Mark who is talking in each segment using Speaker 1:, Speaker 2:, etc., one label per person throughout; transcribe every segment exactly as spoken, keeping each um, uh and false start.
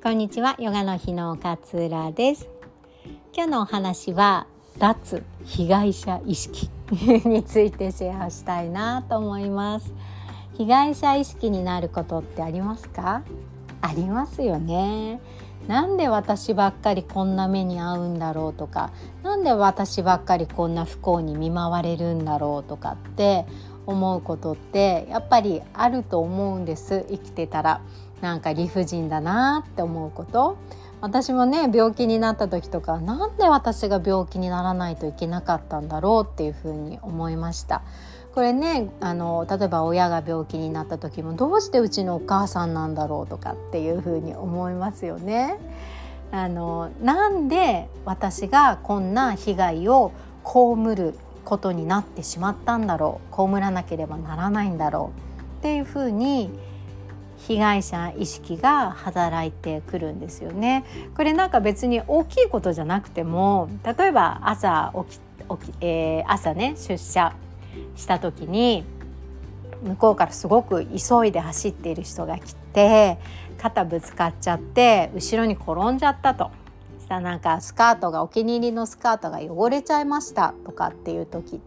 Speaker 1: こんにちは、ヨガの日の勝浦です。今日のお話は脱被害者意識についてシェアしたいなと思います。被害者意識になることってありますか？ありますよね。なんで私ばっかりこんな目に遭うんだろうとか、なんで私ばっかりこんな不幸に見舞われるんだろうとかって思うことってやっぱりあると思うんです。生きてたらなんか理不尽だなって思うこと。私もね、病気になった時とか、なんで私が病気にならないといけなかったんだろうっていうふうに思いました。これね、あの例えば親が病気になった時も、どうしてうちのお母さんなんだろうとかっていうふうに思いますよね。あのなんで私がこんな被害を被ることになってしまったんだろう、被らなければならないんだろうっていうふうに被害者意識が働いてくるんですよね。これなんか別に大きいことじゃなくても、例えば朝起き、起き、えー、朝ね出社した時に向こうからすごく急いで走っている人が来て、肩ぶつかっちゃって後ろに転んじゃったと。したらなんかスカートが、お気に入りのスカートが汚れちゃいましたとかっていう時って、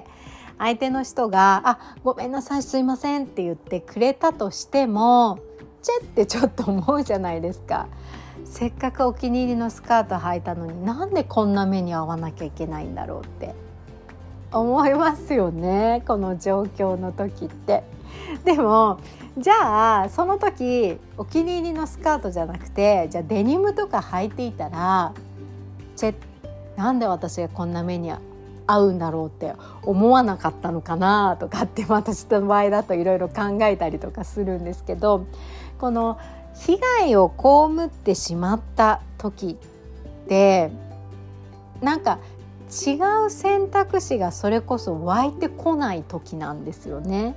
Speaker 1: 相手の人があごめんなさいすいませんって言ってくれたとしても、チェってちょっと思うじゃないですか。せっかくお気に入りのスカート履いたのに、なんでこんな目に遭わなきゃいけないんだろうって思いますよね、この状況の時って。でもじゃあその時お気に入りのスカートじゃなくて、じゃあデニムとか履いていたら、チェなんで私がこんな目に合うんだろうって思わなかったのかなとかって、私の場合だといろいろ考えたりとかするんですけど、この被害を被ってしまった時ってなんか違う選択肢がそれこそ湧いてこない時なんですよね。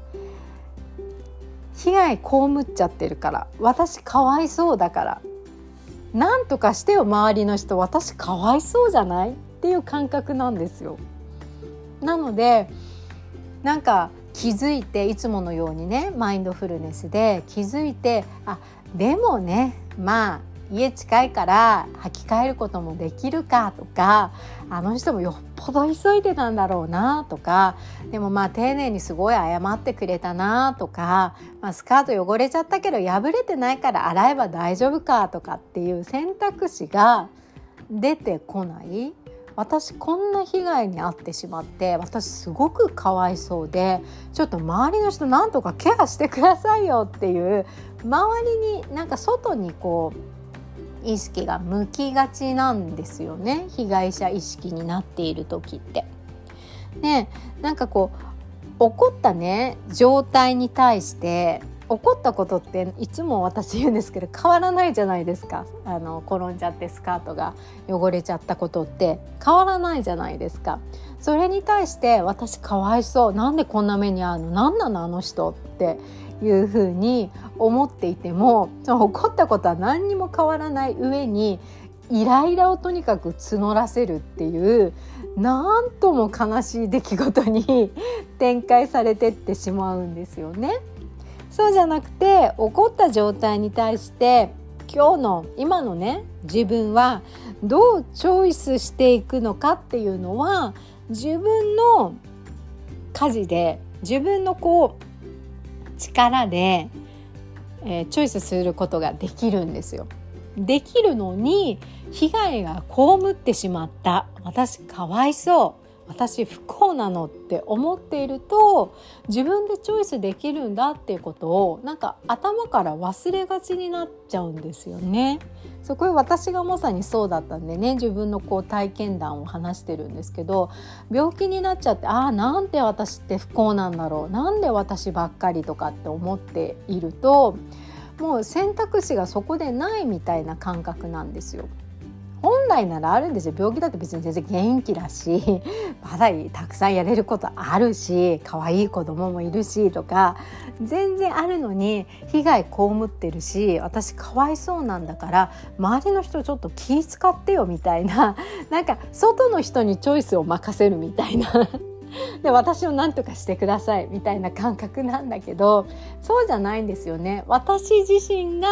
Speaker 1: 被害被っちゃってるから、私かわいそうだからなんとかしてよ周りの人、私かわいそうじゃないっていう感覚なんですよ。なのでなんか気づいて、いつものようにねマインドフルネスで気づいて、あでもねまあ家近いから履き替えることもできるかとか、あの人もよっぽど急いでたんだろうなとか、でもまあ丁寧にすごい謝ってくれたなとか、まあ、スカート汚れちゃったけど破れてないから洗えば大丈夫かとかっていう選択肢が出てこない。私こんな被害に遭ってしまって、私すごくかわいそうで、ちょっと周りの人なんとかケアしてくださいよっていう、周りになんか外にこう意識が向きがちなんですよね、被害者意識になっている時って。ね、なんかこう起こったね状態に対して、起こったことっていつも私言うんですけど変わらないじゃないですか。あの転んじゃってスカートが汚れちゃったことって変わらないじゃないですか。それに対して私かわいそう、なんでこんな目に遭うの、なんなのあの人っていうふうに思っていても、起こったことは何にも変わらない上にイライラをとにかく募らせるっていう、なんとも悲しい出来事に展開されてってしまうんですよね。そうじゃなくて、起こった状態に対して今日の今のね自分はどうチョイスしていくのかっていうのは、自分の舵で、自分のこう力で、えー、チョイスすることができるんですよ。できるのに、被害が被ってしまった、私かわいそう、私不幸なのって思っていると、自分でチョイスできるんだっていうことをなんか頭から忘れがちになっちゃうんですよね。そこで私がまさにそうだったんでね、自分のこう体験談を話してるんですけど、病気になっちゃって、ああなんで私って不幸なんだろう、なんで私ばっかりとかって思っていると、もう選択肢がそこでないみたいな感覚なんですよ。本来ならあるんですよ。病気だって別に全然元気だし、まだたくさんやれることあるし、可愛い子供もいるしとか全然あるのに、被害被ってるし、私かわいそうなんだから周りの人ちょっと気使ってよみたいな、なんか外の人にチョイスを任せるみたいなで私を何とかしてくださいみたいな感覚なんだけど、そうじゃないんですよね。私自身が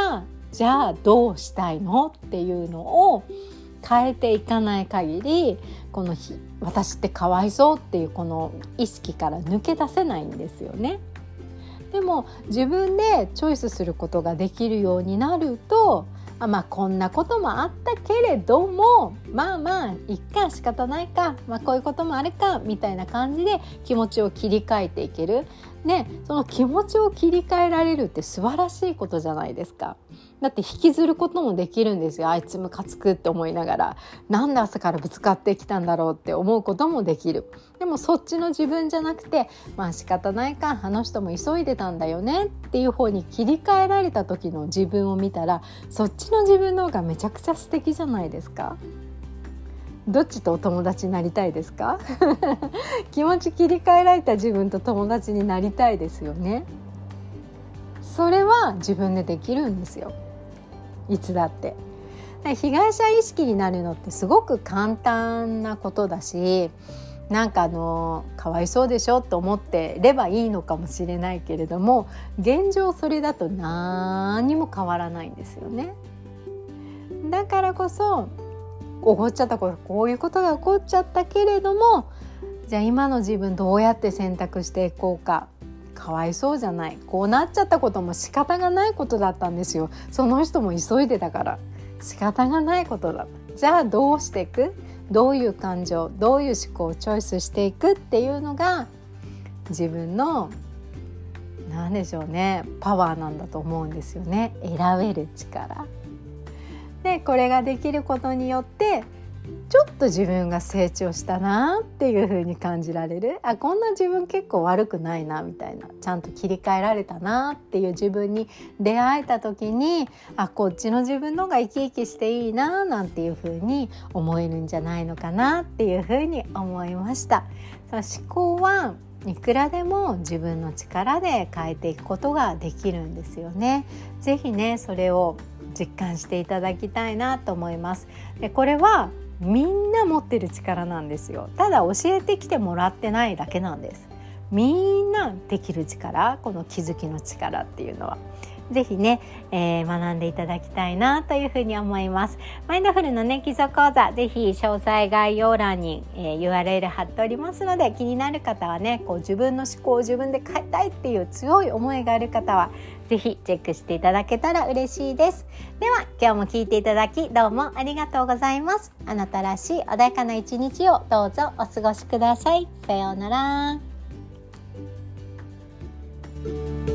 Speaker 1: じゃあどうしたいのっていうのを変えていかない限り、このひ私ってかわいそうっていうこの意識から抜け出せないんですよね。でも自分でチョイスすることができるようになると、あ、まあこんなこともあったけれども、まあまあいっか、仕方ないか、まあこういうこともあるかみたいな感じで気持ちを切り替えていける。ね、その気持ちを切り替えられるって素晴らしいことじゃないですか。だって引きずることもできるんですよ。あいつムカつくって思いながら、なんで朝からぶつかってきたんだろうって思うこともできる。でもそっちの自分じゃなくて、まあ仕方ないか、あの人も急いでたんだよねっていう方に切り替えられた時の自分を見たら、そっちの自分の方がめちゃくちゃ素敵じゃないですか。どっちとお友達になりたいですか？気持ち切り替えられた自分と友達になりたいですよね。それは自分でできるんですよ、いつだって。被害者意識になるのってすごく簡単なことだし、なんかあのかわいそうでしょと思ってればいいのかもしれないけれども、現状それだと何にも変わらないんですよね。だからこそ起こっちゃったこと、こういうことが起こっちゃったけれども、じゃあ今の自分どうやって選択していこうか。かわいそうじゃない、こうなっちゃったことも仕方がないことだったんですよ。その人も急いでたから仕方がないことだ。じゃあどうしていく、どういう感情、どういう思考をチョイスしていくっていうのが自分のなんでしょうね、パワーなんだと思うんですよね。選べる力で、これができることによってちょっと自分が成長したなっていう風に感じられる。あ、こんな自分結構悪くないなみたいな、ちゃんと切り替えられたなっていう自分に出会えた時に、あ、こっちの自分の方が生き生きしていいななんていう風に思えるんじゃないのかなっていう風に思いました。その思考はいくらでも自分の力で変えていくことができるんですよね。ぜひね、それを実感していただきたいなと思います。で、これはみんな持ってる力なんですよ。ただ教えてきてもらってないだけなんです。みんなできる力、この気づきの力っていうのはぜひね、えー、学んでいただきたいなというふうに思います。マインドフルのね基礎講座、ぜひ詳細概要欄に、えー、ユーアールエル 貼っておりますので、気になる方はね、こう自分の思考を自分で変えたいっていう強い思いがある方はぜひチェックしていただけたら嬉しいです。では今日も聞いていただきどうもありがとうございます。あなたらしい穏やかな一日をどうぞお過ごしください。さようなら。